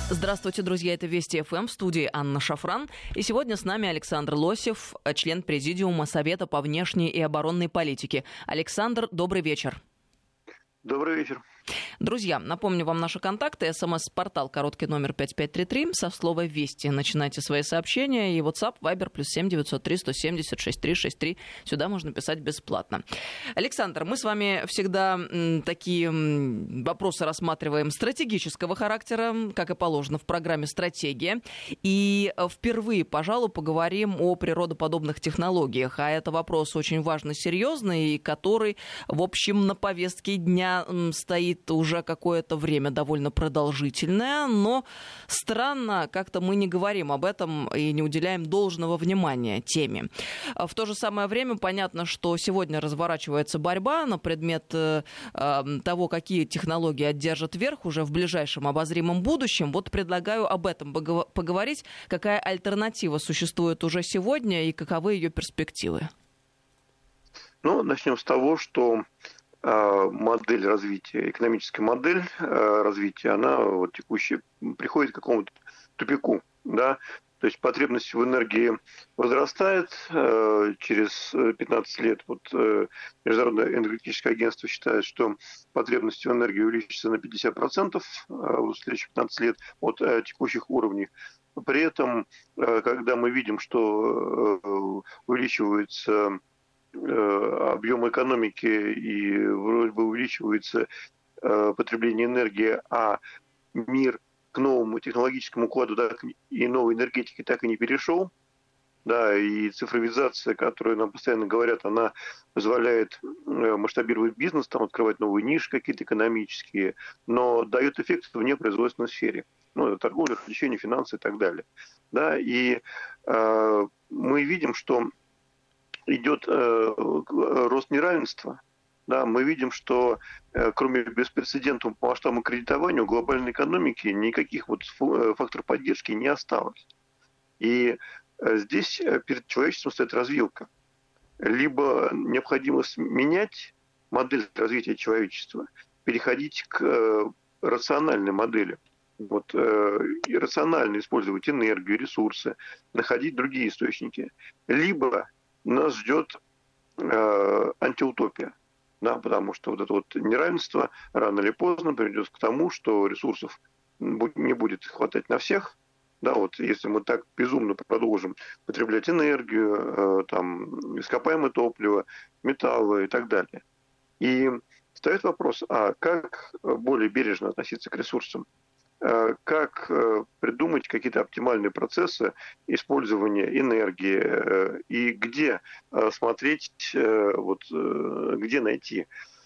Здравствуйте, друзья, это Вести ФМ, в студии Анна Шафран. И сегодня с нами Александр Лосев, член Президиума Совета по внешней и оборонной политике. Александр, добрый вечер. Добрый вечер. Друзья, напомню вам наши контакты. СМС-портал, короткий номер 5533, со слова «Вести». Начинайте свои сообщения. И WhatsApp, Viber, +7 903 170 6363. Сюда можно писать бесплатно. Александр, мы с вами всегда такие вопросы рассматриваем стратегического характера, как и положено в программе «Стратегия». И впервые, пожалуй, поговорим о природоподобных технологиях. А это вопрос очень важный, серьезный, и который, в общем, на повестке дня стоит уже какое-то время довольно продолжительное, но странно, как-то мы не говорим об этом и не уделяем должного внимания теме. В то же самое время понятно, что сегодня разворачивается борьба на предмет того, какие технологии одержат верх уже в ближайшем обозримом будущем. Вот предлагаю об этом поговорить, какая альтернатива существует уже сегодня и каковы ее перспективы. Ну, начнем с того, что модель развития, экономическая модель развития, она вот текущая приходит к какому-то тупику, да, то есть потребность в энергии возрастает, через 15 лет вот Международное энергетическое агентство считает, что потребность в энергии увеличится на 50% в следующие 15 лет от текущих уровней. При этом, когда мы видим, что увеличивается объем экономики и вроде бы увеличивается потребление энергии, а мир к новому технологическому укладу так, и новой энергетике так и не перешел. Да, и цифровизация, которую нам постоянно говорят, она позволяет масштабировать бизнес, там, открывать новые ниши какие-то экономические, но дает эффект в непроизводственной сфере. Ну, это торговля, развлечения, финансы и так далее. Да, и мы видим, что идет рост неравенства. Да, мы видим, что кроме беспрецедентного по масштабам кредитования у глобальной экономики никаких вот факторов поддержки не осталось. И здесь перед человечеством стоит развилка. Либо необходимо менять модель развития человечества, переходить к рациональной модели. Вот, и рационально использовать энергию, ресурсы, находить другие источники. Либо нас ждет антиутопия, да, потому что вот это вот неравенство рано или поздно приведет к тому, что ресурсов не будет хватать на всех. Да, вот если мы так безумно продолжим потреблять энергию, там, ископаемое топливо, металлы и так далее. И встает вопрос, а как более бережно относиться к ресурсам? Как придумать какие-то оптимальные процессы использования энергии и где смотреть, вот, где найти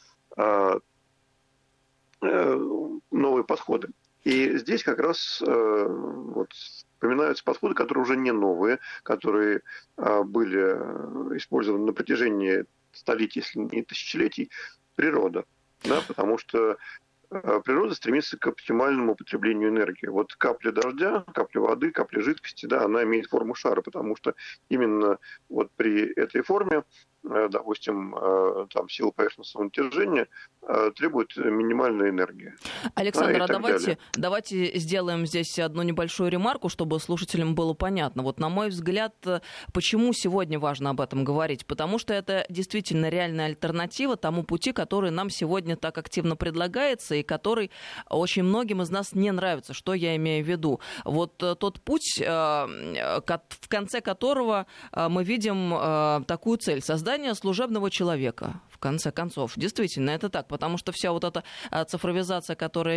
новые подходы. И здесь как раз вот, вспоминаются подходы, которые уже не новые, которые были использованы на протяжении столетий, если не тысячелетий, природа. Да, потому что природа стремится к оптимальному потреблению энергии. Вот капля дождя, капля воды, капля жидкости, да, она имеет форму шара, потому что именно вот при этой форме, допустим, там сила поверхностного натяжения требует минимальной энергии. Александр, давайте сделаем здесь одну небольшую ремарку, чтобы слушателям было понятно. Вот на мой взгляд, почему сегодня важно об этом говорить? Потому что это действительно реальная альтернатива тому пути, который нам сегодня так активно предлагается и который очень многим из нас не нравится. Что я имею в виду? Вот тот путь, в конце которого мы видим такую цель — создание служебного человека. В конце концов, действительно, это так, потому что вся вот эта цифровизация, которая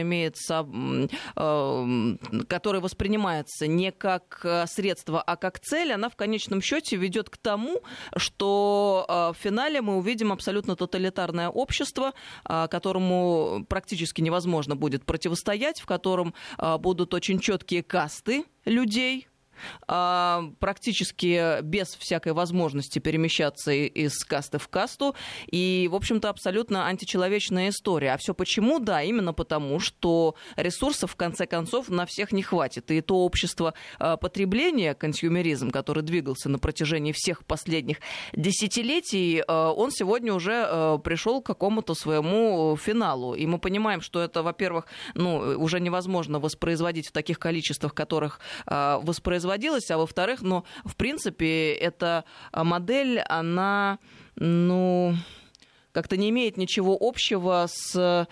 которая воспринимается не как средство, а как цель, она в конечном счете ведет к тому, что в финале мы увидим абсолютно тоталитарное общество, которому практически невозможно будет противостоять, в котором будут очень четкие касты людей, практически без всякой возможности перемещаться из касты в касту. И, в общем-то, абсолютно античеловечная история. А все почему? Да, именно потому, что ресурсов, в конце концов, на всех не хватит. И то общество потребления, консюмеризм, который двигался на протяжении всех последних десятилетий, он сегодня уже пришел к какому-то своему финалу. И мы понимаем, что это, во-первых, уже невозможно воспроизводить в таких количествах, в которых воспроизводилось, а во-вторых, в принципе, эта модель, она, как-то не имеет ничего общего с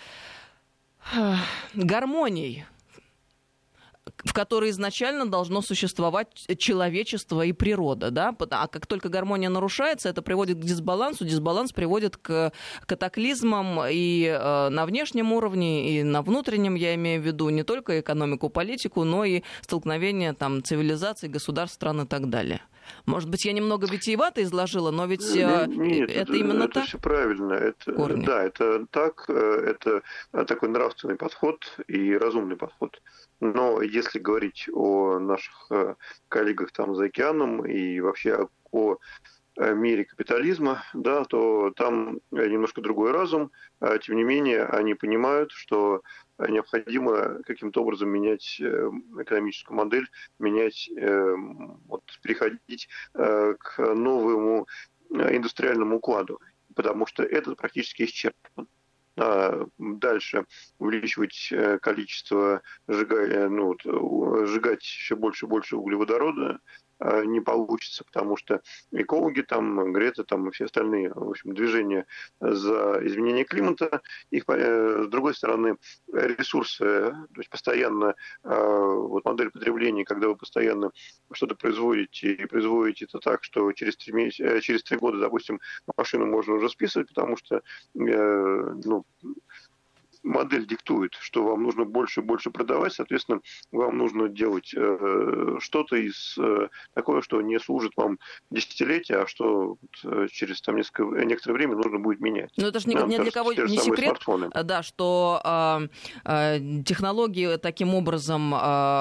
гармонией, в которой изначально должно существовать человечество и природа, да? А как только гармония нарушается, это приводит к дисбалансу, дисбаланс приводит к катаклизмам и на внешнем уровне, и на внутреннем, я имею в виду не только экономику, политику, но и столкновение цивилизаций, государств, стран и так далее. Может быть, я немного витиевато изложила, но ведь Нет, это именно это так? все правильно. Да, это так, это такой нравственный подход и разумный подход. Но если говорить о наших коллегах там за океаном и вообще о мире капитализма, да, то там немножко другой разум. Тем не менее, они понимают, что необходимо каким-то образом менять экономическую модель, переходить к новому индустриальному укладу, потому что этот практически исчерпан. Дальше увеличивать количество, сжигать еще больше и больше углеводорода не получится, потому что экологи Грета и все остальные, в общем, движения за изменение климата, их, с другой стороны, ресурсы, то есть постоянно модель потребления, когда вы постоянно что-то производите, и производите это так, что через 3 года, допустим, машину можно уже списывать, потому что модель диктует, что вам нужно больше и больше продавать, соответственно, вам нужно делать что-то такое, что не служит вам десятилетия, а что через некоторое время нужно будет менять. Но это же ни для кого не секрет, да, что технологии таким образом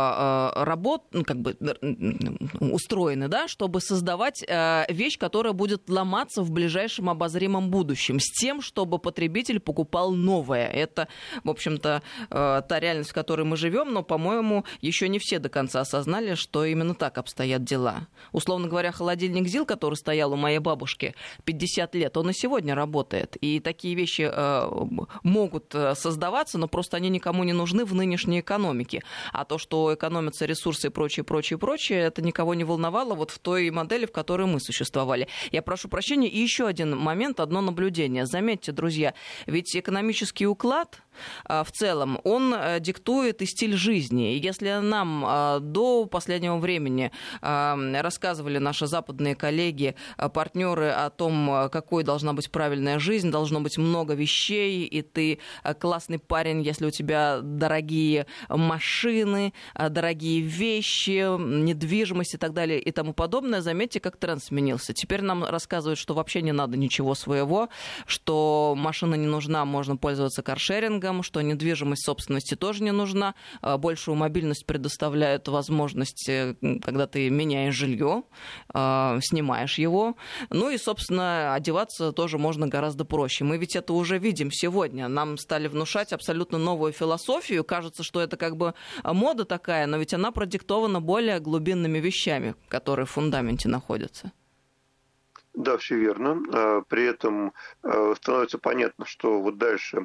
устроены, да, чтобы создавать вещь, которая будет ломаться в ближайшем обозримом будущем, с тем, чтобы потребитель покупал новое. Это, в общем-то, та реальность, в которой мы живем, но, по-моему, еще не все до конца осознали, что именно так обстоят дела. Условно говоря, холодильник ЗИЛ, который стоял у моей бабушки 50 лет, он и сегодня работает. И такие вещи могут создаваться, но просто они никому не нужны в нынешней экономике. А то, что экономятся ресурсы и прочее, это никого не волновало в той модели, в которой мы существовали. Я прошу прощения. И еще один момент, одно наблюдение. Заметьте, друзья, ведь экономический уклад в целом, он диктует и стиль жизни. И если нам до последнего времени рассказывали наши западные коллеги, партнеры о том, какой должна быть правильная жизнь, должно быть много вещей, и ты классный парень, если у тебя дорогие машины, дорогие вещи, недвижимость и так далее и тому подобное, заметьте, как тренд сменился. Теперь нам рассказывают, что вообще не надо ничего своего, что машина не нужна, можно пользоваться каршерингом, что недвижимость собственности тоже не нужна. Большую мобильность предоставляют возможность, когда ты меняешь жилье, снимаешь его. Ну и, собственно, одеваться тоже можно гораздо проще. Мы ведь это уже видим сегодня. Нам стали внушать абсолютно новую философию. Кажется, что это как бы мода такая, но ведь она продиктована более глубинными вещами, которые в фундаменте находятся. Да, все верно. При этом становится понятно, что дальше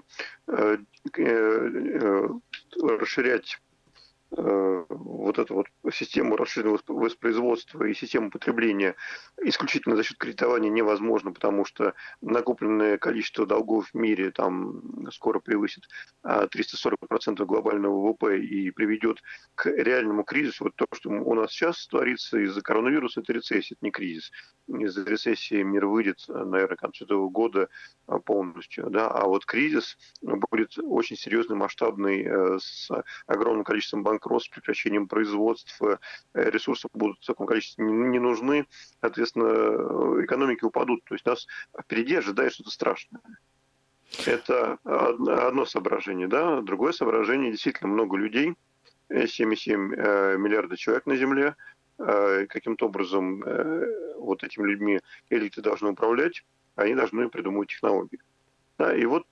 расширять эту систему расширенного воспроизводства и систему потребления исключительно за счет кредитования невозможно, потому что накопленное количество долгов в мире скоро превысит 340% глобального ВВП и приведет к реальному кризису. То, что у нас сейчас творится из-за коронавируса, это рецессия, это не кризис. Из-за рецессии мир выйдет, наверное, к концу этого года полностью. Да? А кризис будет очень серьезный, масштабный, с огромным количеством банкротств, прекращением производства, ресурсы будут в таком количестве не нужны, соответственно, экономики упадут. То есть нас впереди ожидает что-то страшное. Это одно соображение. Да? Другое соображение, действительно много людей, 7,7 миллиарда человек на Земле, каким-то образом вот этими людьми элиты должны управлять, они должны придумывать технологии. Да, и вот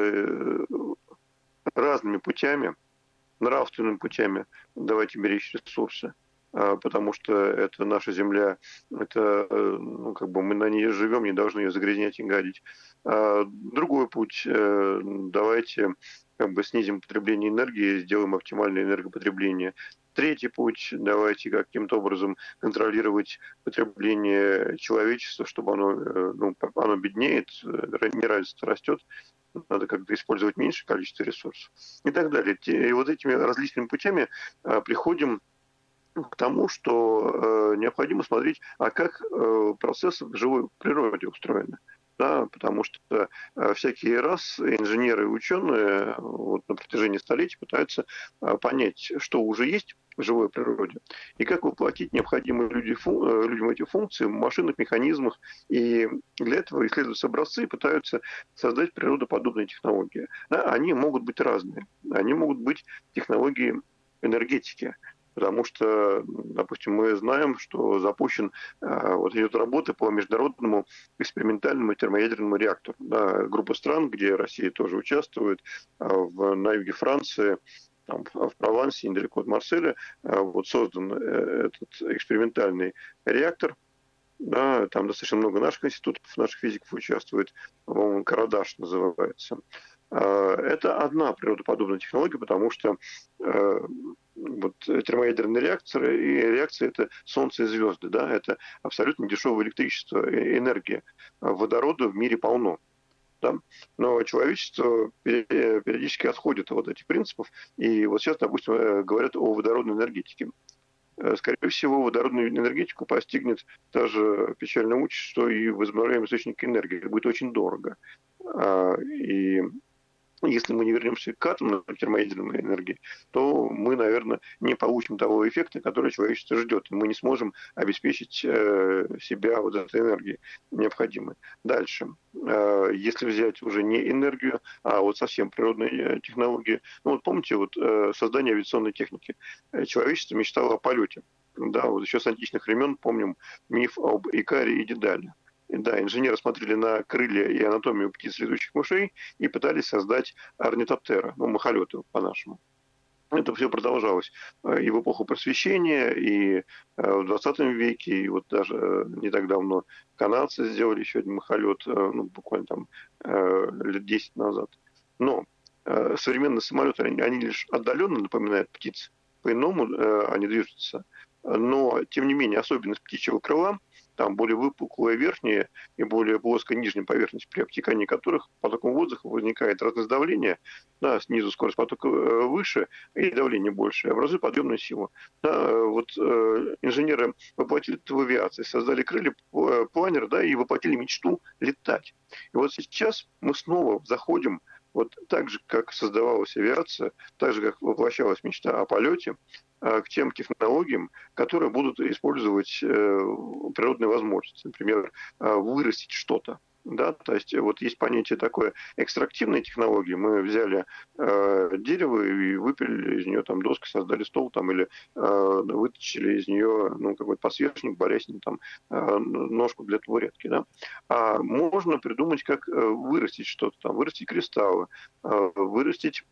разными путями, нравственными путями давайте беречь ресурсы, потому что это наша земля, это, мы на ней живем, не должны ее загрязнять и гадить. Другой путь, давайте снизим потребление энергии, сделаем оптимальное энергопотребление. Третий путь, давайте каким-то образом контролировать потребление человечества, чтобы оно беднеет, неравенство растет, надо как-то использовать меньшее количество ресурсов и так далее. И вот этими различными путями приходим к тому, что необходимо смотреть, как процессы в живой природе устроены. Да, потому что всякий раз инженеры и ученые на протяжении столетий пытаются понять, что уже есть в живой природе, и как воплотить необходимые людям эти функции в машинных механизмах. И для этого исследуются образцы и пытаются создать природоподобные технологии. Да, они могут быть разные. Они могут быть технологии энергетики. Потому что, допустим, мы знаем, что идет работа по международному экспериментальному термоядерному реактору. Да, группа стран, где Россия тоже участвует, на юге Франции, в Провансе, недалеко от Марселя, создан этот экспериментальный реактор. Да, там достаточно много наших институтов, наших физиков участвует, по-моему, Карадаш называется. Это одна природоподобная технология, потому что термоядерные реакторы и реакции — это солнце и звезды, да, это абсолютно дешевое электричество, энергия. Водорода в мире полно. Да? Но человечество периодически отходит от этих принципов, и вот сейчас, допустим, говорят о водородной энергетике. Скорее всего, водородную энергетику постигнет та же печальная участь, что и возобновляемые источники энергии. Это будет очень дорого. И если мы не вернемся к атомной термоядерной энергии, то мы, наверное, не получим того эффекта, который человечество ждет. Мы не сможем обеспечить себя вот этой энергией необходимой. Дальше. Если взять уже не энергию, а совсем природные технологии. Помните, создание авиационной техники. Человечество мечтало о полете. Да, еще с античных времен помним миф об Икаре и Дедале. Да, инженеры смотрели на крылья и анатомию птиц летучих мышей и пытались создать орнитоптера, махолеты по-нашему. Это все продолжалось и в эпоху Просвещения, и в 20 веке, и даже не так давно канадцы сделали еще один махолет, буквально лет 10 назад. Но современные самолеты, они лишь отдаленно напоминают птиц, по-иному они движутся. Но, тем не менее, особенность птичьего крыла, там более выпуклая верхняя и более плоская нижняя поверхность, при обтекании которых потоком воздуха возникает разность давления, да, снизу скорость потока выше и давление больше, образует подъемную силу. Да, инженеры воплотили это в авиации, создали крылья, планер, да, и воплотили мечту летать. И сейчас мы снова заходим так же, как создавалась авиация, так же, как воплощалась мечта о полете, к тем технологиям, которые будут использовать природные возможности. Например, вырастить что-то. Да? То есть есть понятие такое экстрактивной технологии. Мы взяли дерево и выпилили из нее доски, создали стол или вытащили из нее какой-то подсвечник, балясник, ножку для табуретки. Да? А можно придумать, как вырастить что-то, вырастить кристаллы, вырастить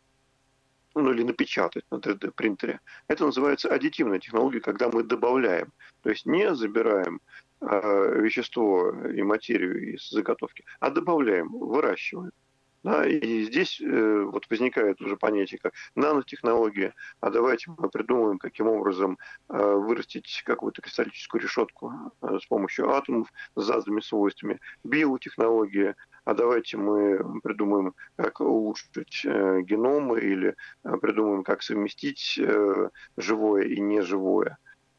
или напечатать на 3D-принтере. Это называется аддитивная технология, когда мы добавляем. То есть не забираем вещество и материю из заготовки, а добавляем, выращиваем. Да, и здесь возникает уже понятие как нанотехнология. А давайте мы придумаем, каким образом вырастить какую-то кристаллическую решетку с помощью атомов с заданными свойствами. Биотехнология. А давайте мы придумаем, как улучшить геном или придумаем, как совместить живое и неживое.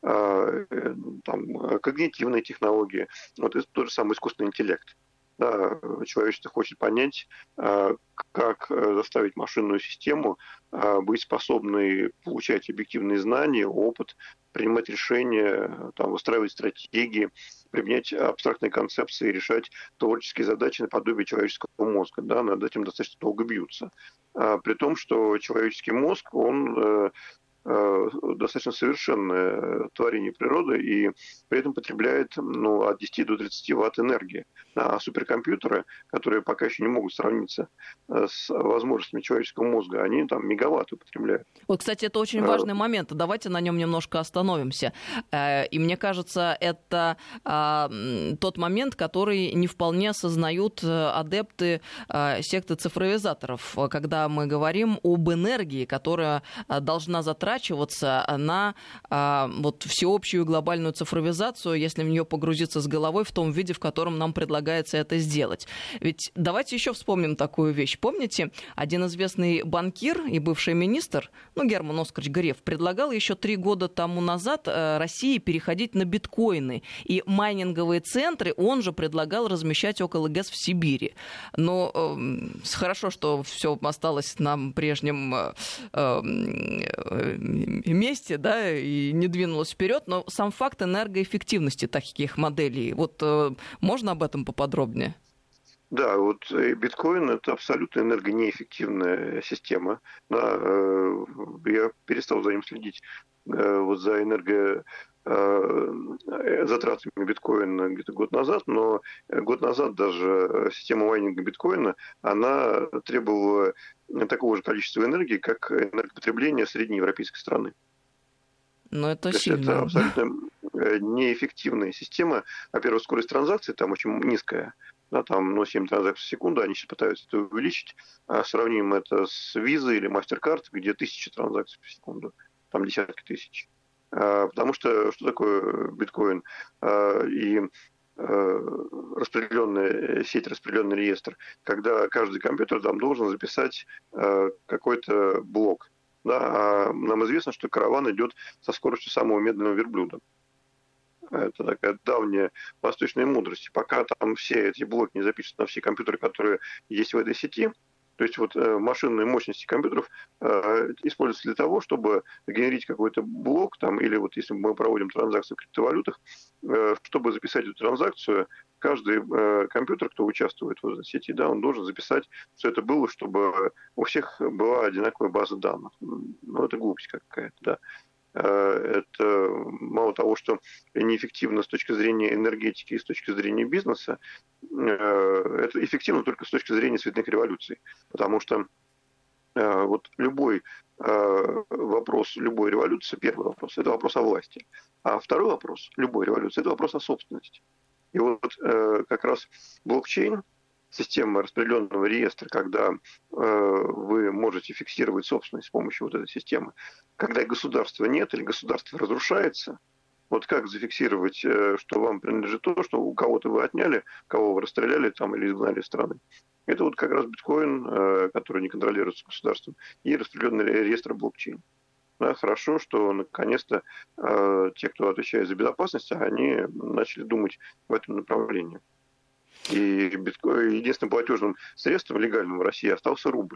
Когнитивные технологии. Это тот же самый искусственный интеллект. Да, человечество хочет понять, как заставить машинную систему быть способной получать объективные знания, опыт, принимать решения, выстраивать стратегии, применять абстрактные концепции, решать творческие задачи наподобие человеческого мозга. Да, над этим достаточно долго бьются. При том, что человеческий мозг, он достаточно совершенное творение природы и при этом потребляет от 10 до 30 ватт энергии. А суперкомпьютеры, которые пока еще не могут сравниться с возможностями человеческого мозга, они там мегаватты потребляют. Вот, кстати, это очень важный момент. Давайте на нем немножко остановимся. И мне кажется, это тот момент, который не вполне осознают адепты секты цифровизаторов, когда мы говорим об энергии, которая должна затрачиваться на вот всеобщую глобальную цифровизацию, если в нее погрузиться с головой в том виде, в котором нам предлагается это сделать. Ведь давайте еще вспомним такую вещь. Помните, один известный банкир и бывший министр, Герман Оскарович Греф, предлагал еще 3 года тому назад России переходить на биткоины. И майнинговые центры он же предлагал размещать около ГЭС в Сибири. Но хорошо, что все осталось на прежнем месте, да, и не двинулось вперед. Но сам факт энергоэффективности таких моделей, вот можно об этом поподробнее? Да, вот биткоин – это абсолютно энергонеэффективная система. Да, я перестал за ним следить, вот за затратами биткоина где-то год назад, но год назад даже система майнинга биткоина, она требовала такого же количества энергии, как энергопотребление среднеевропейской страны. Но это То сильно. есть это абсолютно неэффективная система. Во-первых, скорость транзакций там очень низкая. Да, там 7 транзакций в секунду, они сейчас пытаются это увеличить. Сравним это с Visa или MasterCard, где 1000 транзакций в секунду, там десятки тысяч. Потому что такое биткоин и распределенная сеть, распределенный реестр, когда каждый компьютер там должен записать какой-то блок. Да, а нам известно, что караван идет со скоростью самого медленного верблюда. Это такая давняя восточная мудрость. Пока там все эти блоки не запишут на все компьютеры, которые есть в этой сети, то есть вот машинные мощности компьютеров используются для того, чтобы генерить какой-то блок, там, или вот если мы проводим транзакции в криптовалютах, чтобы записать эту транзакцию, каждый компьютер, кто участвует в этой сети, да, он должен записать, что это было, чтобы у всех была одинаковая база данных. Ну, это глупость какая-то, да. Это мало того, что неэффективно с точки зрения энергетики и с точки зрения бизнеса, это эффективно только с точки зрения цветных революций. Потому что вот любой вопрос любой революции, первый вопрос, это вопрос о власти. А второй вопрос любой революции, это вопрос о собственности. И вот как раз блокчейн, система распределенного реестра, когда вы можете фиксировать собственность с помощью вот этой системы, когда государства нет или государство разрушается, вот как зафиксировать, что вам принадлежит то, что у кого-то вы отняли, кого вы расстреляли там или изгнали из страны. Это вот как раз биткоин, который не контролируется государством, и распределенный реестр блокчейн. Да, хорошо, что наконец-то те, кто отвечает за безопасность, они начали думать в этом направлении. И единственным платежным средством легальным в России остался рубль.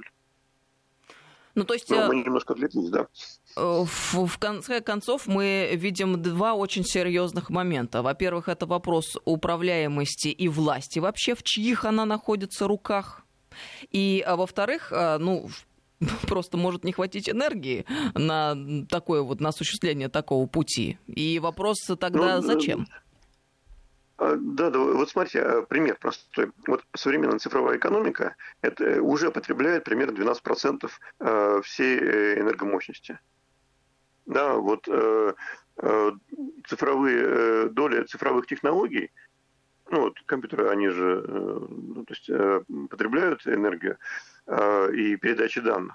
Ну, то есть... Но мы немножко отвлеклись, да? В конце концов, мы видим 2 очень серьезных момента. Во-первых, это вопрос управляемости и власти вообще, в чьих она находится руках. И, во-вторых, просто может не хватить энергии на такое вот, на осуществление такого пути. И вопрос тогда зачем? Да, вот смотрите, пример простой. Вот современная цифровая экономика это уже потребляет примерно 12% всей энергомощности. Да, вот доля цифровых технологий, компьютеры, они же потребляют энергию и передачи данных.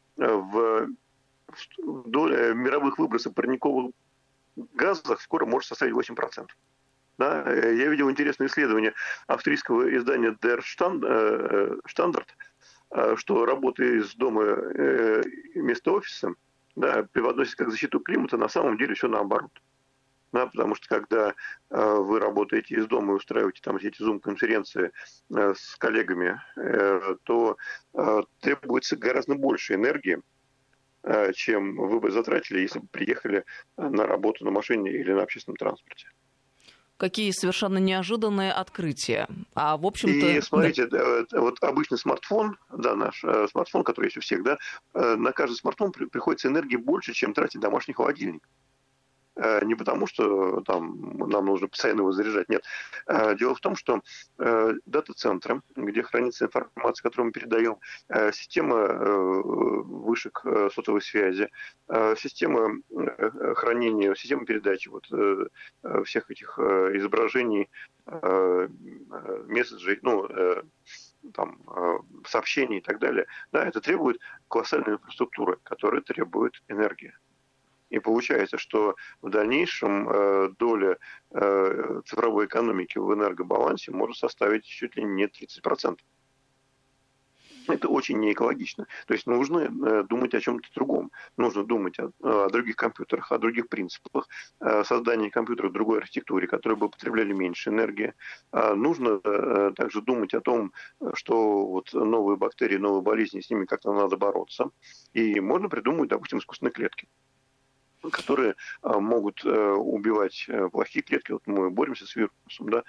Доля мировых выбросов парниковых газов скоро может составить 8%. Да, я видел интересное исследование австрийского издания Der Standard, что работа из дома вместо офиса преподносит как защиту климата, на самом деле все наоборот. Да, потому что когда вы работаете из дома и устраиваете там эти зум-конференции с коллегами, то требуется гораздо больше энергии, чем вы бы затратили, если бы приехали на работу на машине или на общественном транспорте. Какие совершенно неожиданные открытия. А в общем-то... И смотрите, вот обычный смартфон, да, наш смартфон, который есть у всех, да, на каждый смартфон приходится энергии больше, чем тратит домашний холодильник. Не потому, что там нам нужно постоянно его заряжать, нет. Дело в том, что дата-центры, где хранится информация, которую мы передаем, система вышек сотовой связи, система хранения, система передачи вот, всех этих изображений, месседжей, там, сообщений и так далее, да, это требует колоссальной инфраструктуры, которая требует энергии. И получается, что в дальнейшем доля цифровой экономики в энергобалансе может составить чуть ли не 30%. Это очень неэкологично. То есть нужно думать о чем-то другом. Нужно думать о других компьютерах, о других принципах, создании компьютеров в другой архитектуре, которые бы потребляли меньше энергии. Нужно также думать о том, что вот новые бактерии, новые болезни, с ними как-то надо бороться. И можно придумать, допустим, искусственные клетки, которые могут убивать плохие клетки. Вот мы боремся с вирусом, да,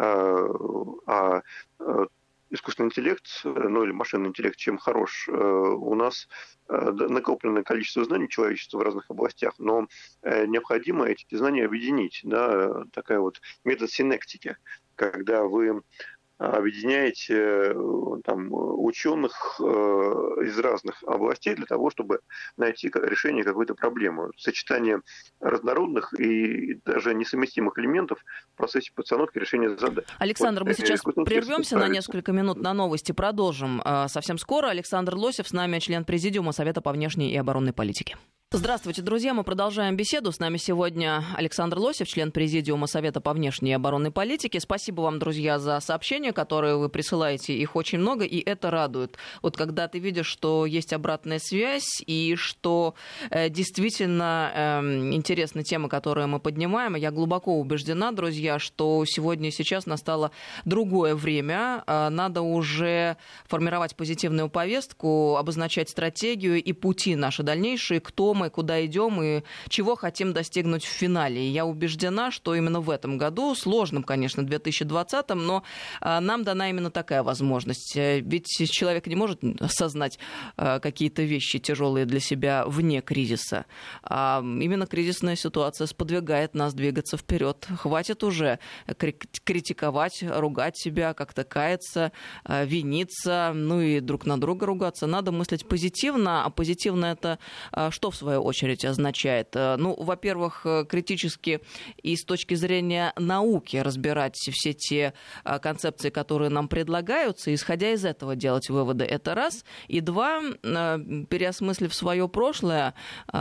искусственный интеллект, или машинный интеллект, чем хорош, у нас накопленное количество знаний человечества в разных областях, но необходимо эти знания объединить, да, такая вот метод синектики, когда вы объединяете там, ученых из разных областей для того, чтобы найти решение какой-то проблемы. Сочетание разнородных и даже несовместимых элементов в процессе постановки решения задач. Александр, мы сейчас прервемся на несколько минут на новости, продолжим совсем скоро. Александр Лосев с нами, член Президиума Совета по внешней и оборонной политике. Здравствуйте, друзья. Мы продолжаем беседу. С нами сегодня Александр Лосев, член Президиума Совета по внешней и оборонной политике. Спасибо вам, друзья, за сообщения, которые вы присылаете. Их очень много, и это радует. Вот когда ты видишь, что есть обратная связь, и что действительно интересны темы, которые мы поднимаем. Я глубоко убеждена, друзья, что сегодня и сейчас настало другое время. Надо уже формировать позитивную повестку, обозначать стратегию и пути наши дальнейшие, кто мы, куда идем и чего хотим достигнуть в финале. И я убеждена, что именно в этом году, сложном, конечно, 2020-м, но нам дана именно такая возможность. Ведь человек не может осознать какие-то вещи тяжелые для себя вне кризиса. А именно кризисная ситуация сподвигает нас двигаться вперед. Хватит уже критиковать, ругать себя, как-то каяться, виниться, и друг на друга ругаться. Надо мыслить позитивно, а позитивно это что в свою очередь означает? Во-первых, критически и с точки зрения науки разбирать все те концепции, которые нам предлагаются, исходя из этого делать выводы. Это раз. И два, переосмыслив свое прошлое,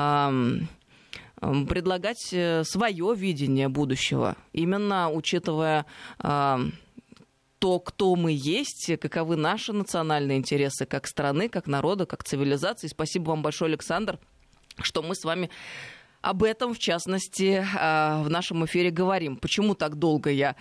предлагать свое видение будущего, именно учитывая то, кто мы есть, каковы наши национальные интересы как страны, как народа, как цивилизации. Спасибо вам большое, Александр, что мы с вами об этом, в частности, в нашем эфире говорим. Почему так долго я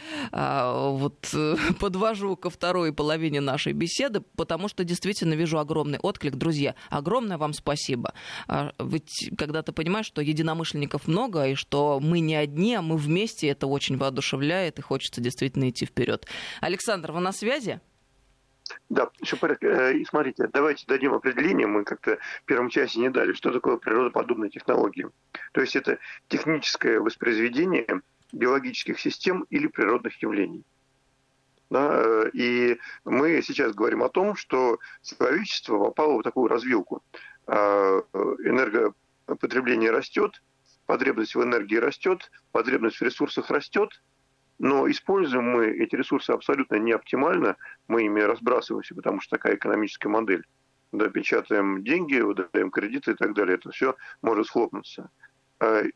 подвожу ко второй половине нашей беседы? Потому что действительно вижу огромный отклик. Друзья, огромное вам спасибо. Ведь когда ты понимаешь, что единомышленников много, и что мы не одни, а мы вместе, это очень воодушевляет, и хочется действительно идти вперед. Александр, вы на связи? Да, все в порядке. И смотрите, давайте дадим определение, мы как-то в первом часе не дали, что такое природоподобные технологии. То есть это техническое воспроизведение биологических систем или природных явлений. Да, и мы сейчас говорим о том, что человечество попало в такую развилку. Энергопотребление растет, потребность в энергии растет, потребность в ресурсах растет, но используем мы эти ресурсы абсолютно не оптимально, мы ими разбрасываемся, потому что такая экономическая модель. Да, печатаем деньги, выдаем кредиты и так далее, это все может схлопнуться. И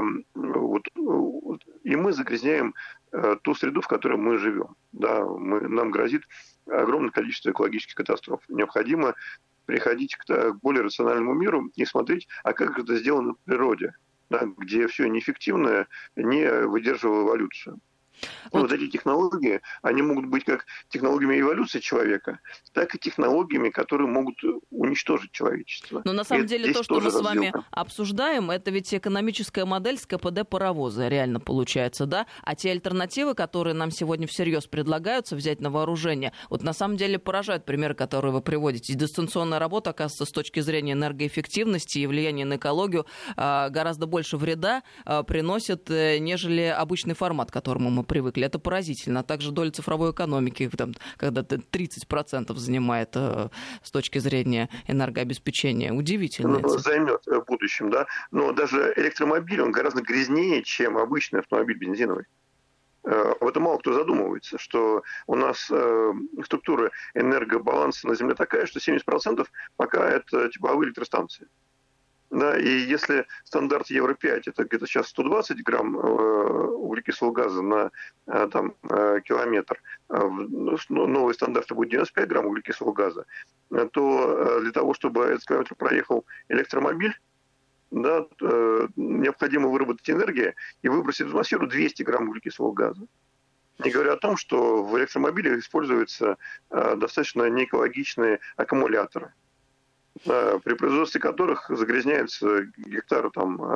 мы загрязняем ту среду, в которой мы живем. Да, нам грозит огромное количество экологических катастроф. Необходимо приходить к более рациональному миру и смотреть, а как это сделано в природе, да, где все неэффективное не выдерживало эволюцию. И вот эти технологии, они могут быть как технологиями эволюции человека, так и технологиями, которые могут уничтожить человечество. Но на самом деле то, что мы с вами обсуждаем, это ведь экономическая модель с КПД паровоза, реально получается, да? А те альтернативы, которые нам сегодня всерьез предлагаются взять на вооружение, вот на самом деле поражают примеры, которые вы приводите. И дистанционная работа, оказывается, с точки зрения энергоэффективности и влияния на экологию гораздо больше вреда приносит, нежели обычный формат, к которому мы привыкли. Это поразительно. А также доля цифровой экономики, там, когда 30% занимает с точки зрения энергообеспечения. Удивительно. Займет в будущем, да. Но даже электромобиль, он гораздо грязнее, чем обычный автомобиль бензиновый. Об этом мало кто задумывается, что у нас структура энергобаланса на Земле такая, что 70% пока это тепловые электростанции. Да, и если стандарт Евро-5 это где-то сейчас 120 грамм углекислого газа на километр, новый стандарт будет 95 грамм углекислого газа, то для того, чтобы этот километр проехал электромобиль, да, необходимо выработать энергию и выбросить в атмосферу 200 грамм углекислого газа. Не говоря о том, что в электромобилях используются достаточно неэкологичные аккумуляторы, при производстве которых загрязняются гектары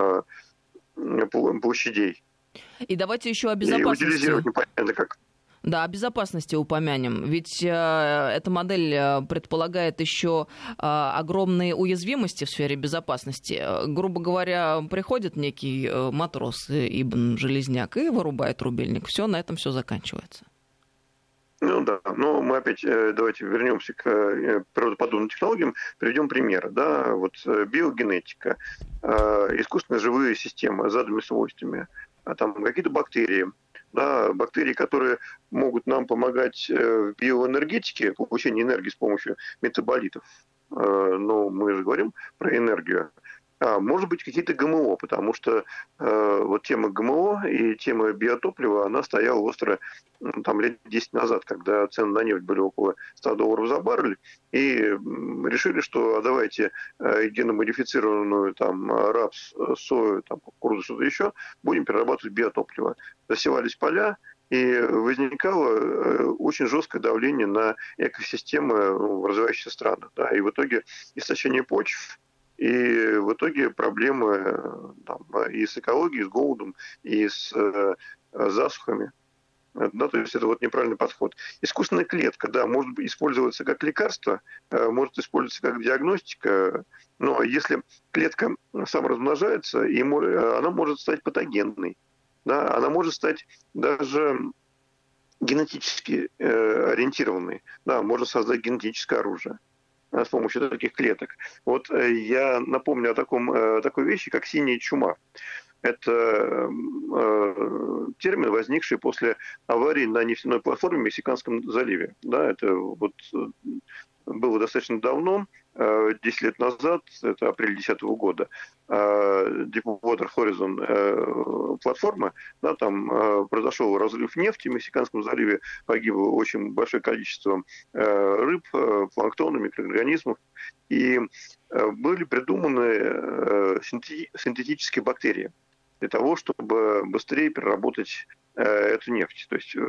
площадей. И давайте еще о безопасности. И утилизировать непонятно как. Да, о безопасности упомянем. Ведь эта модель предполагает еще огромные уязвимости в сфере безопасности. Грубо говоря, приходит некий матрос Ибн Железняк и вырубает рубильник. Все, на этом все заканчивается. Ну да, но мы опять давайте вернемся к природоподобным технологиям, приведем примеры. Да, вот биогенетика, искусственные живые системы с заданными свойствами, там какие-то бактерии, да, бактерии, которые могут нам помогать в биоэнергетике, получении энергии с помощью метаболитов. Но мы же говорим про энергию. Может быть, какие-то ГМО, потому что вот тема ГМО и тема биотоплива, она стояла остро лет 10 назад, когда цены на нефть были около $100 за баррель, и решили, что давайте геномодифицированную рапс, сою, кукурузу, что-то еще, будем перерабатывать биотопливо. Засевались поля, и возникало очень жесткое давление на экосистемы в развивающихся странах. Да, и в итоге истощение почв, и в итоге проблемы и с экологией, и с голодом, и с засухами. Да, то есть это вот неправильный подход. Искусственная клетка, да, может использоваться как лекарство, может использоваться как диагностика, но если клетка саморазмножается, она может стать патогенной. Да, она может стать даже генетически ориентированной. Да, можно создать генетическое оружие с помощью таких клеток. Вот я напомню о такой вещи, как синяя чума. Это термин, возникший после аварии на нефтяной платформе в Мексиканском заливе. Да, это вот было достаточно давно, 10 лет назад, это апрель 2010 года, Deepwater Horizon платформа, да, там произошел разлив нефти в Мексиканском заливе, погибло очень большое количество рыб, планктона, микроорганизмов, и были придуманы синтетические бактерии для того, чтобы быстрее переработать эту нефть. То есть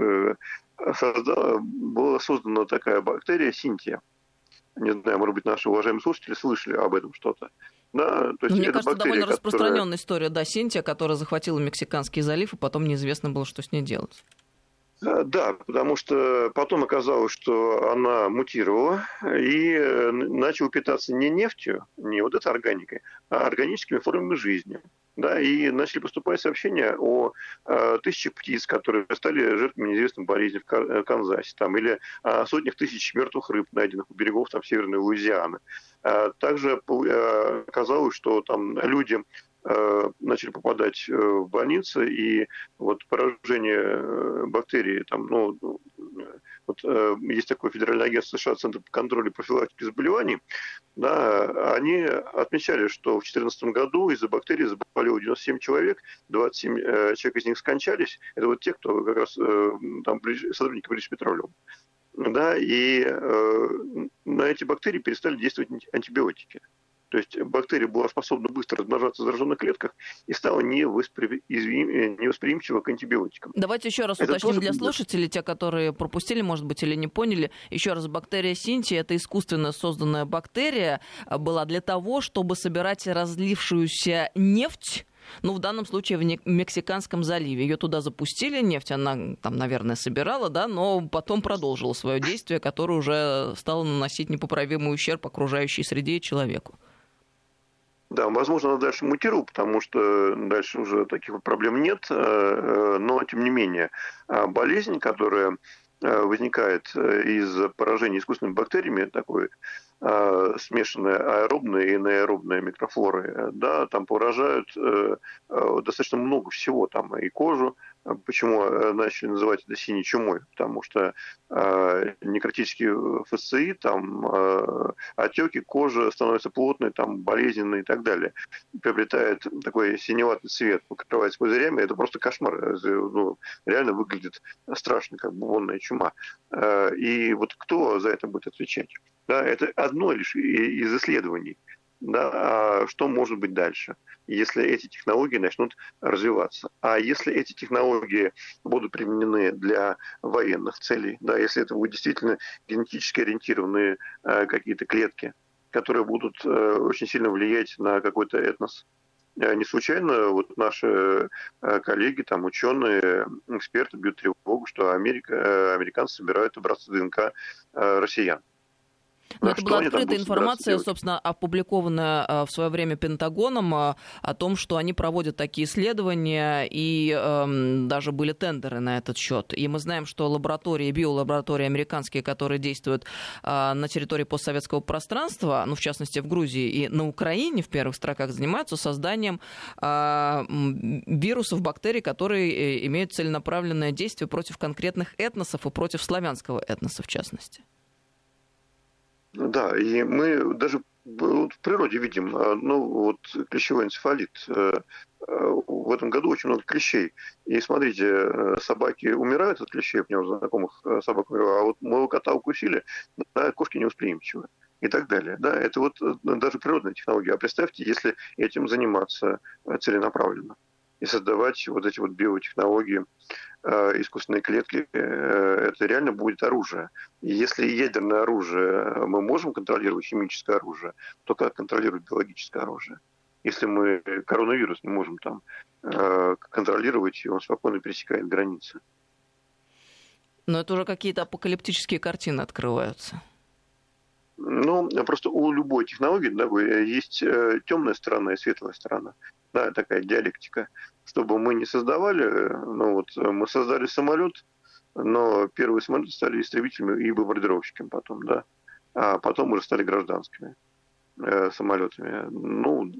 была создана такая бактерия синтия. Не знаю, может быть, наши уважаемые слушатели слышали об этом что-то. Да, то есть мне кажется, бактерия, довольно распространенная история, да, синтия, которая захватила Мексиканский залив, и потом неизвестно было, что с ней делать. Да, потому что потом оказалось, что она мутировала и начала питаться не нефтью, не вот этой органикой, а органическими формами жизни. Да, и начали поступать сообщения о тысячах птиц, которые стали жертвами неизвестной болезни в Канзасе, или о сотнях тысяч мертвых рыб, найденных у берегов Северной Луизианы. Также оказалось, что люди начали попадать в больницы, и вот поражение бактерий, есть такое Федеральное агентство США, Центр по контролю и профилактике заболеваний, да, они отмечали, что в 2014 году из-за бактерий заболело 97 человек, 27 человек из них скончались, это вот те, кто как раз сотрудники British Petroleum. Да, и на эти бактерии перестали действовать антибиотики. То есть бактерия была способна быстро размножаться в зараженных клетках и стала невосприимчива к антибиотикам. Давайте еще раз Это уточним тоже для слушателей, те, которые пропустили, может быть, или не поняли. Еще раз, бактерия Синти — это искусственно созданная бактерия, была для того, чтобы собирать разлившуюся нефть, ну, в данном случае в Мексиканском заливе. Ее туда запустили, нефть она там, наверное, собирала, да, но потом продолжила свое действие, которое уже стало наносить непоправимый ущерб окружающей среде и человеку. Да, возможно, она дальше мутировала, потому что дальше уже таких проблем нет, но тем не менее болезнь, которая возникает из поражения искусственными бактериями, такой смешанные аэробные и неаэробные микрофлоры, да, там поражают достаточно много всего, там и кожу. Почему начали называть это синей чумой? Потому что некротические фасции, там отеки, кожа становится плотной, там болезненной и так далее. Приобретает такой синеватый цвет, покрывается пузырями. Это просто кошмар. Ну, реально выглядит страшно, как бубонная чума. И вот кто за это будет отвечать? Да, это одно лишь из исследований. Да, а что может быть дальше, если эти технологии начнут развиваться? А если эти технологии будут применены для военных целей, да, если это будут действительно генетически ориентированные какие-то клетки, которые будут очень сильно влиять на какой-то этнос. Не случайно вот наши коллеги, там, ученые, эксперты бьют тревогу, что американцы собирают образцы ДНК россиян. Но это была открытая информация, собственно, опубликованная в свое время Пентагоном о том, что они проводят такие исследования, и даже были тендеры на этот счет. И мы знаем, что лаборатории, биолаборатории американские, которые действуют на территории постсоветского пространства, ну, в частности, в Грузии и на Украине в первых строках, занимаются созданием вирусов, бактерий, которые имеют целенаправленное действие против конкретных этносов и против славянского этноса, в частности. Да, и мы даже в природе видим, ну, вот клещевой энцефалит. В этом году очень много клещей. И смотрите, собаки умирают от клещей, у меня уже знакомых собак умирало, а вот моего кота укусили, да, кошки невосприимчивы. И так далее. Да, это вот даже природная технология. А представьте, если этим заниматься целенаправленно и создавать вот эти вот биотехнологии, искусственные клетки, это реально будет оружие. И если ядерное оружие мы можем контролировать, химическое оружие, то как контролировать биологическое оружие? Если мы коронавирус не можем там контролировать, и он спокойно пересекает границы. Но это уже какие-то апокалиптические картины открываются. Ну, просто у любой технологии, да, есть темная сторона и светлая сторона. Да, такая диалектика. Чтобы мы не создавали, ну вот мы создали самолет, но первые самолеты стали истребителями и бомбардировщиками потом, да, а потом уже стали гражданскими самолетами. Ну,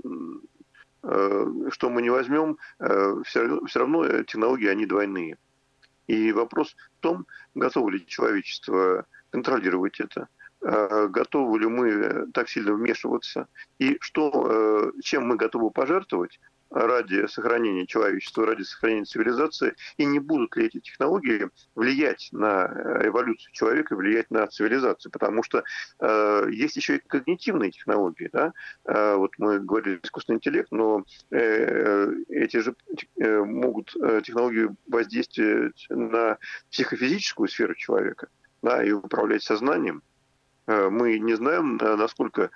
что мы не возьмем, все равно технологии, они двойные. И вопрос в том, готово ли человечество контролировать это, готовы ли мы так сильно вмешиваться, и что, чем мы готовы пожертвовать ради сохранения человечества, ради сохранения цивилизации, и не будут ли эти технологии влиять на эволюцию человека, влиять на цивилизацию, потому что есть еще и когнитивные технологии, да? Вот мы говорили искусственный интеллект, но эти же могут технологии воздействовать на психофизическую сферу человека, да, и управлять сознанием. Мы не знаем, насколько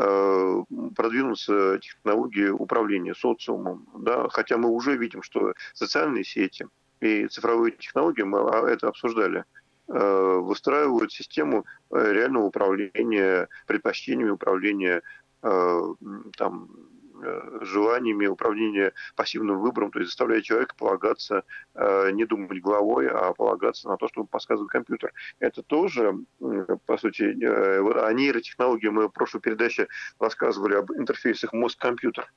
продвинутся технологии управления социумом, да? Хотя мы уже видим, что социальные сети и цифровые технологии, мы это обсуждали, выстраивают систему реального управления предпочтениями, управления там, желаниями, управления пассивным выбором, то есть заставляя человека полагаться, не думать головой, а полагаться на то, что подсказывает компьютер. Это тоже, по сути, о нейротехнологии мы в прошлой передаче рассказывали об интерфейсах мозг-компьютер.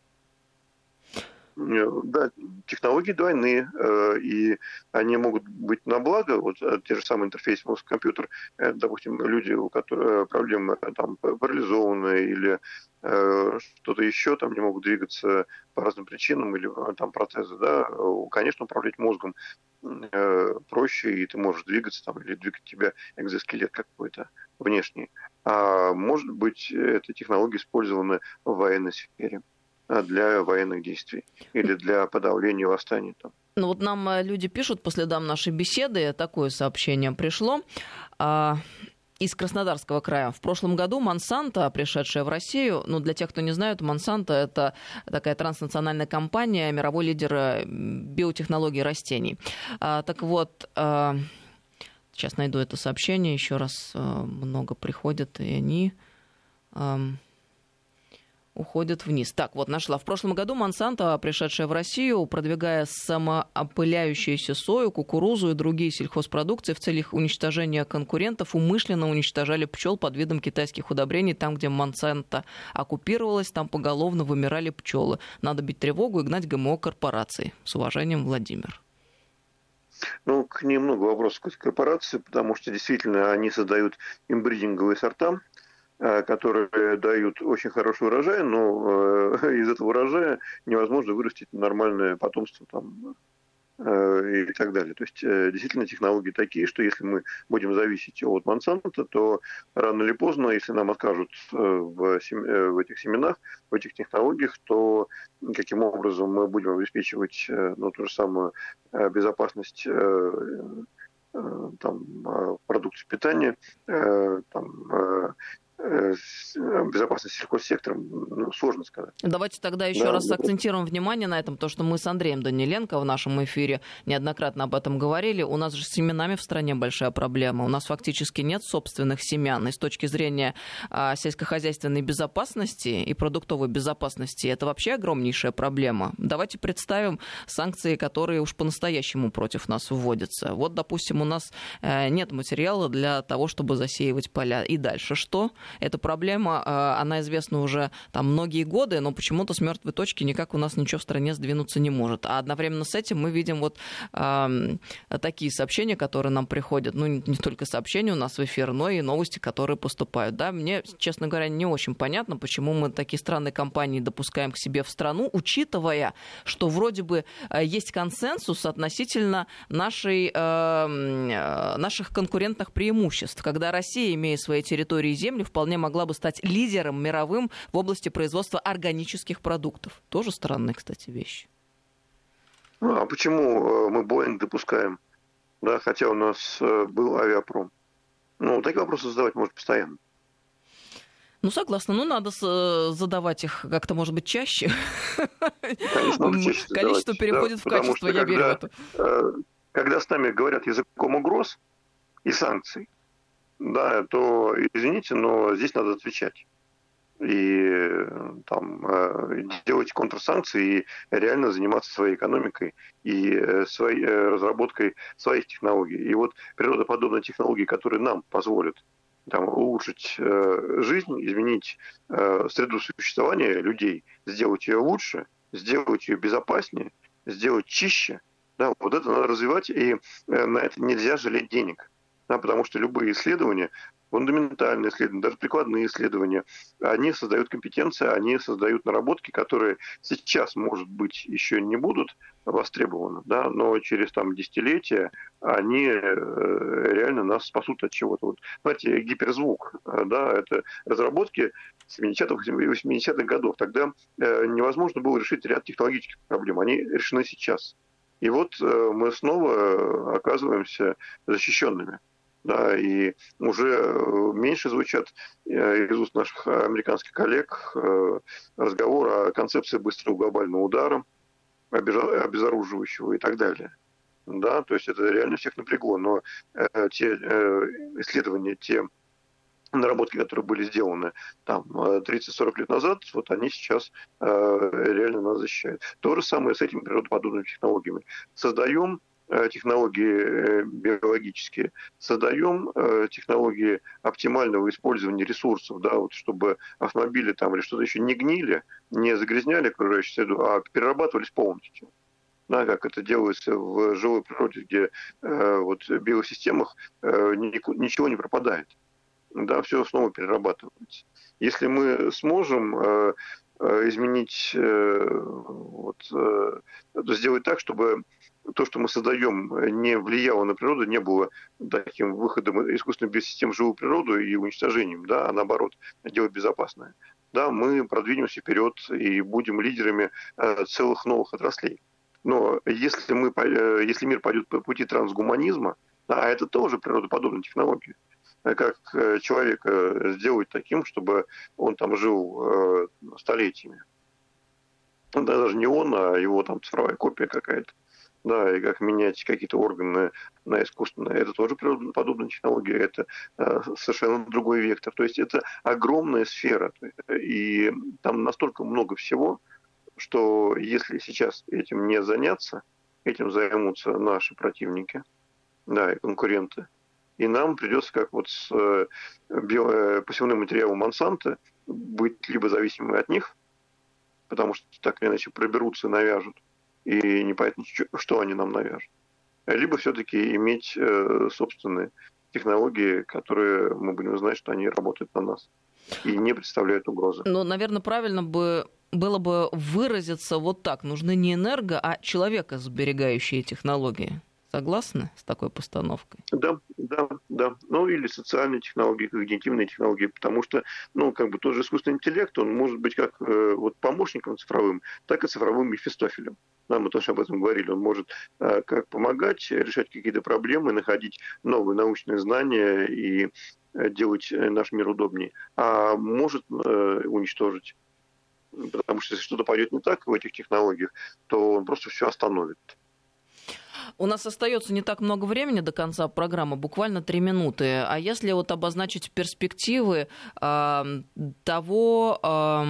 Да, технологии двойные, и они могут быть на благо. Вот те же самые интерфейсы мозг-компьютер, допустим, люди, у которых проблемы там парализованные или что-то еще, там не могут двигаться по разным причинам, или там протезы, да, конечно, управлять мозгом проще, и ты можешь двигаться там, или двигать тебя экзоскелет какой-то внешний. А может быть, эта технология использована в военной сфере для военных действий или для подавления восстаний там. Ну вот нам люди пишут по следам нашей беседы, такое сообщение пришло из Краснодарского края. В прошлом году Монсанто, пришедшая в Россию, ну, для тех, кто не знает, Монсанто — это такая транснациональная компания, мировой лидер биотехнологий растений. Так вот, сейчас найду это сообщение, еще раз много приходят, и они уходят вниз. Так, вот нашла. В прошлом году Монсанто, пришедшая в Россию, продвигая самоопыляющуюся сою, кукурузу и другие сельхозпродукции в целях уничтожения конкурентов, умышленно уничтожали пчел под видом китайских удобрений. Там, где Монсанто оккупировалась, там поголовно вымирали пчелы. Надо бить тревогу и гнать ГМО корпорации. С уважением, Владимир. Ну, к ним много вопросов к корпорации, потому что действительно они создают имбридинговые сорта, которые дают очень хороший урожай, но из этого урожая невозможно вырастить нормальное потомство там, и так далее. То есть действительно технологии такие, что если мы будем зависеть от Монсанто, то рано или поздно, если нам откажут в этих семенах, в этих технологиях, то каким образом мы будем обеспечивать ту же самую безопасность продукции питания, безопасность сельхозсектора, сложно сказать. Давайте тогда еще раз акцентируем внимание на этом, то, что мы с Андреем Даниленко в нашем эфире неоднократно об этом говорили. У нас же с семенами в стране большая проблема. У нас фактически нет собственных семян. И с точки зрения сельскохозяйственной безопасности и продуктовой безопасности это вообще огромнейшая проблема. Давайте представим санкции, которые уж по-настоящему против нас вводятся. Вот, допустим, у нас нет материала для того, чтобы засеивать поля. И дальше что? Эта проблема, она известна уже там многие годы, но почему-то с мертвой точки никак у нас ничего в стране сдвинуться не может. А одновременно с этим мы видим вот такие сообщения, которые нам приходят. Ну, не только сообщения у нас в эфир, но и новости, которые поступают. Да, мне, честно говоря, не очень понятно, почему мы такие странные компании допускаем к себе в страну, учитывая, что вроде бы есть консенсус относительно наших конкурентных преимуществ, когда Россия, имея свои территории и земли, вполне могла бы стать лидером мировым в области производства органических продуктов. Тоже странные, кстати, вещи. А почему мы Боинг допускаем, да, хотя у нас был авиапром? Ну, такие вопросы задавать можно постоянно. Ну, согласна. Ну, надо задавать их как-то, может быть, чаще. Конечно, надо чаще задавать. Количество переходит в качество, я верю в это. Когда с нами говорят языком угроз и санкций, да, то, извините, но здесь надо отвечать. И делать контрсанкции и реально заниматься своей экономикой и своей разработкой своих технологий. И вот природоподобные технологии, которые нам позволят улучшить жизнь, изменить среду существования людей, сделать ее лучше, сделать ее безопаснее, сделать чище, да, вот это надо развивать, и на это нельзя жалеть денег. Да, потому что любые исследования, фундаментальные исследования, даже прикладные исследования, они создают компетенции, они создают наработки, которые сейчас, может быть, еще не будут востребованы, да, но через десятилетия они реально нас спасут от чего-то. Вот, знаете, гиперзвук, да, это разработки 70-х и 80-х годов. Тогда невозможно было решить ряд технологических проблем. Они решены сейчас. И вот мы снова оказываемся защищенными. Да, и уже меньше звучат из уст наших американских коллег разговоры о концепции быстрого глобального удара, обезоруживающего и так далее. Да, то есть это реально всех напрягло. Но те исследования, те наработки, которые были сделаны 30-40 лет назад, вот они сейчас реально нас защищают. То же самое с этими природоподобными технологиями. Создаем технологии биологические, создаем технологии оптимального использования ресурсов, да, вот, чтобы автомобили или что-то еще не гнили, не загрязняли окружающую среду, а перерабатывались полностью. Да, как это делается в живой природе, где в биосистемах ничего не пропадает. Да, все снова перерабатывается. Если мы сможем изменить, сделать так, чтобы то, что мы создаем, не влияло на природу, не было таким выходом искусственных биосистем в живую природу и уничтожением, да, а наоборот, делать безопасное. Да, мы продвинемся вперед и будем лидерами целых новых отраслей. Но если мир пойдет по пути трансгуманизма, а это тоже природоподобная технология, как человека сделать таким, чтобы он там жил столетиями. Да, даже не он, а его там цифровая копия какая-то. Да, и как менять какие-то органы на искусственные. Это тоже природоподобная технология, это совершенно другой вектор. То есть это огромная сфера. И там настолько много всего, что если сейчас этим не заняться, этим займутся наши противники, да, и конкуренты. И нам придется, как вот с посевным материалом Монсанто, быть либо зависимыми от них, потому что так или иначе проберутся и навяжут, и непонятно, что они нам навяжут. Либо все-таки иметь собственные технологии, которые мы будем знать, что они работают на нас и не представляют угрозы. Ну, наверное, правильно было бы выразиться вот так. Нужны не а человекосберегающие технологии. Согласны с такой постановкой? Да. Ну, или социальные технологии, когнитивные технологии, потому что, тот же искусственный интеллект, он может быть как помощником цифровым, так и цифровым Мефистофелем. Да, мы тоже об этом говорили. Он может как помогать решать какие-то проблемы, находить новые научные знания и делать наш мир удобнее, а может уничтожить. Потому что если что-то пойдет не так в этих технологиях, то он просто все остановит. У нас остается не так много времени до конца программы, буквально 3 минуты. А если обозначить перспективы того,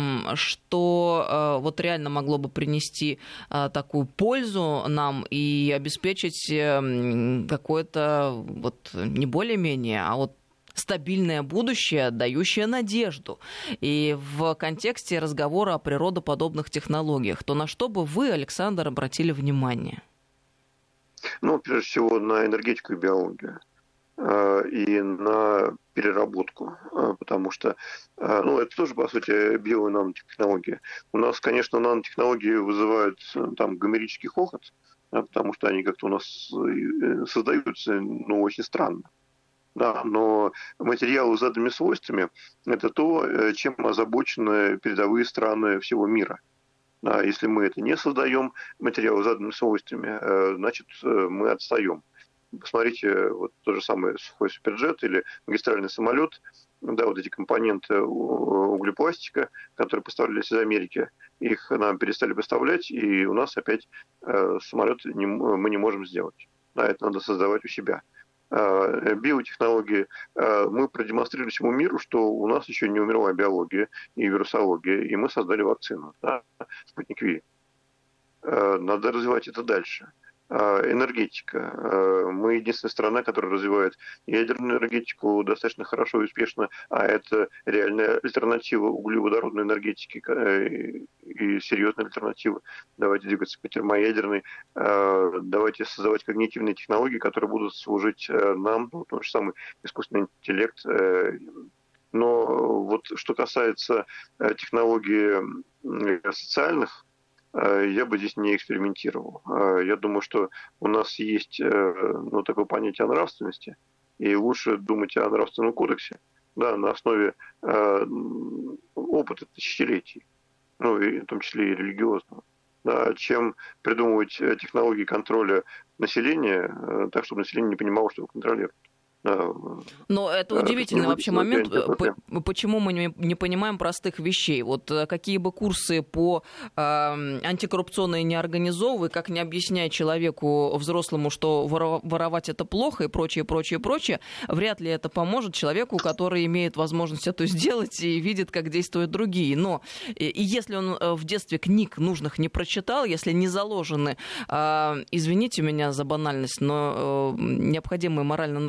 что реально могло бы принести такую пользу нам и обеспечить какое-то не более-менее, а стабильное будущее, дающее надежду. И в контексте разговора о природоподобных технологиях, то на что бы вы, Александр, обратили внимание? Прежде всего, на энергетику и биологию и на переработку, потому что, это тоже, по сути, био- и нанотехнологии. У нас, конечно, нанотехнологии вызывают гомерический хохот, потому что они как-то у нас создаются, очень странно. Да, но материалы с заданными свойствами – это то, чем озабочены передовые страны всего мира. А если мы это не создаем, материалы с заданными свойствами, значит, мы отстаем. Посмотрите, то же самое сухой суперджет или магистральный самолет, да, эти компоненты углепластика, которые поставлялись из Америки, их нам перестали поставлять, и у нас опять самолет мы не можем сделать. Да, это надо создавать у себя. Биотехнологии, мы продемонстрировали всему миру, что у нас еще не умерла биология и вирусология, и мы создали вакцину, да, Спутник Ви. Надо развивать это дальше. Энергетика. Мы единственная страна, которая развивает ядерную энергетику достаточно хорошо и успешно, а это реальная альтернатива углеводородной энергетике и серьезная альтернатива. Давайте двигаться по термоядерной, давайте создавать когнитивные технологии, которые будут служить нам, тот же самый искусственный интеллект. Но что касается технологий социальных, я бы здесь не экспериментировал. Я думаю, что у нас есть такое понятие о нравственности, и лучше думать о нравственном кодексе, да, на основе опыта тысячелетий, и в том числе и религиозного, да, чем придумывать технологии контроля населения так, чтобы население не понимало, что его контролирует. Но это удивительный вообще момент, почему мы не понимаем простых вещей. Какие бы курсы по антикоррупционной не организовывай, как не объясняя человеку взрослому, что воровать это плохо и прочее, вряд ли это поможет человеку, который имеет возможность это сделать и видит, как действуют другие. Но и если он в детстве книг нужных не прочитал, если не заложены, извините меня за банальность, но необходимые морально-нравственные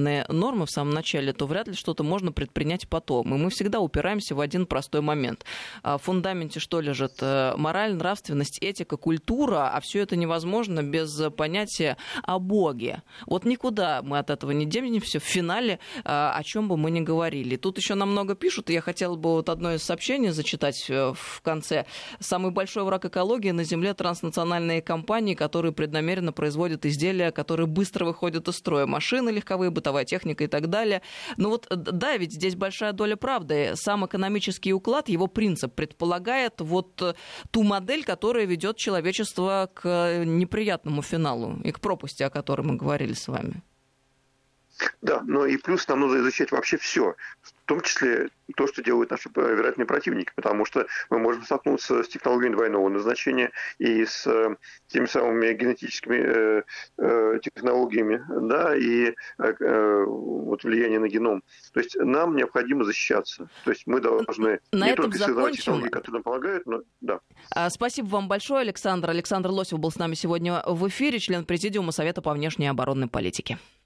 правильные нормы в самом начале, то вряд ли что-то можно предпринять потом. И мы всегда упираемся в один простой момент. В фундаменте что лежит? Мораль, нравственность, этика, культура, а все это невозможно без понятия о Боге. Вот никуда мы от этого не денемся в финале, о чем бы мы ни говорили. Тут еще нам много пишут, и я хотела бы вот одно из сообщений зачитать в конце. Самый большой враг экологии на Земле — транснациональные компании, которые преднамеренно производят изделия, которые быстро выходят из строя. Машины легковые, бытовая техника и так далее. Но вот да, ведь здесь большая доля правды. Сам экономический уклад, его принцип предполагает вот ту модель, которая ведет человечество к неприятному финалу и к пропасти, о которой мы говорили с вами. Да, но и плюс нам нужно изучать вообще все, в том числе то, что делают наши вероятные противники, потому что мы можем столкнуться с технологиями двойного назначения и с теми самыми генетическими технологиями, да, и вот влияние на геном. То есть нам необходимо защищаться. То есть мы должны не только создавать технологии, которые нам помогают, но да. Спасибо вам большое, Александр. Александр Лосев был с нами сегодня в эфире, член Президиума Совета по внешней и оборонной политике.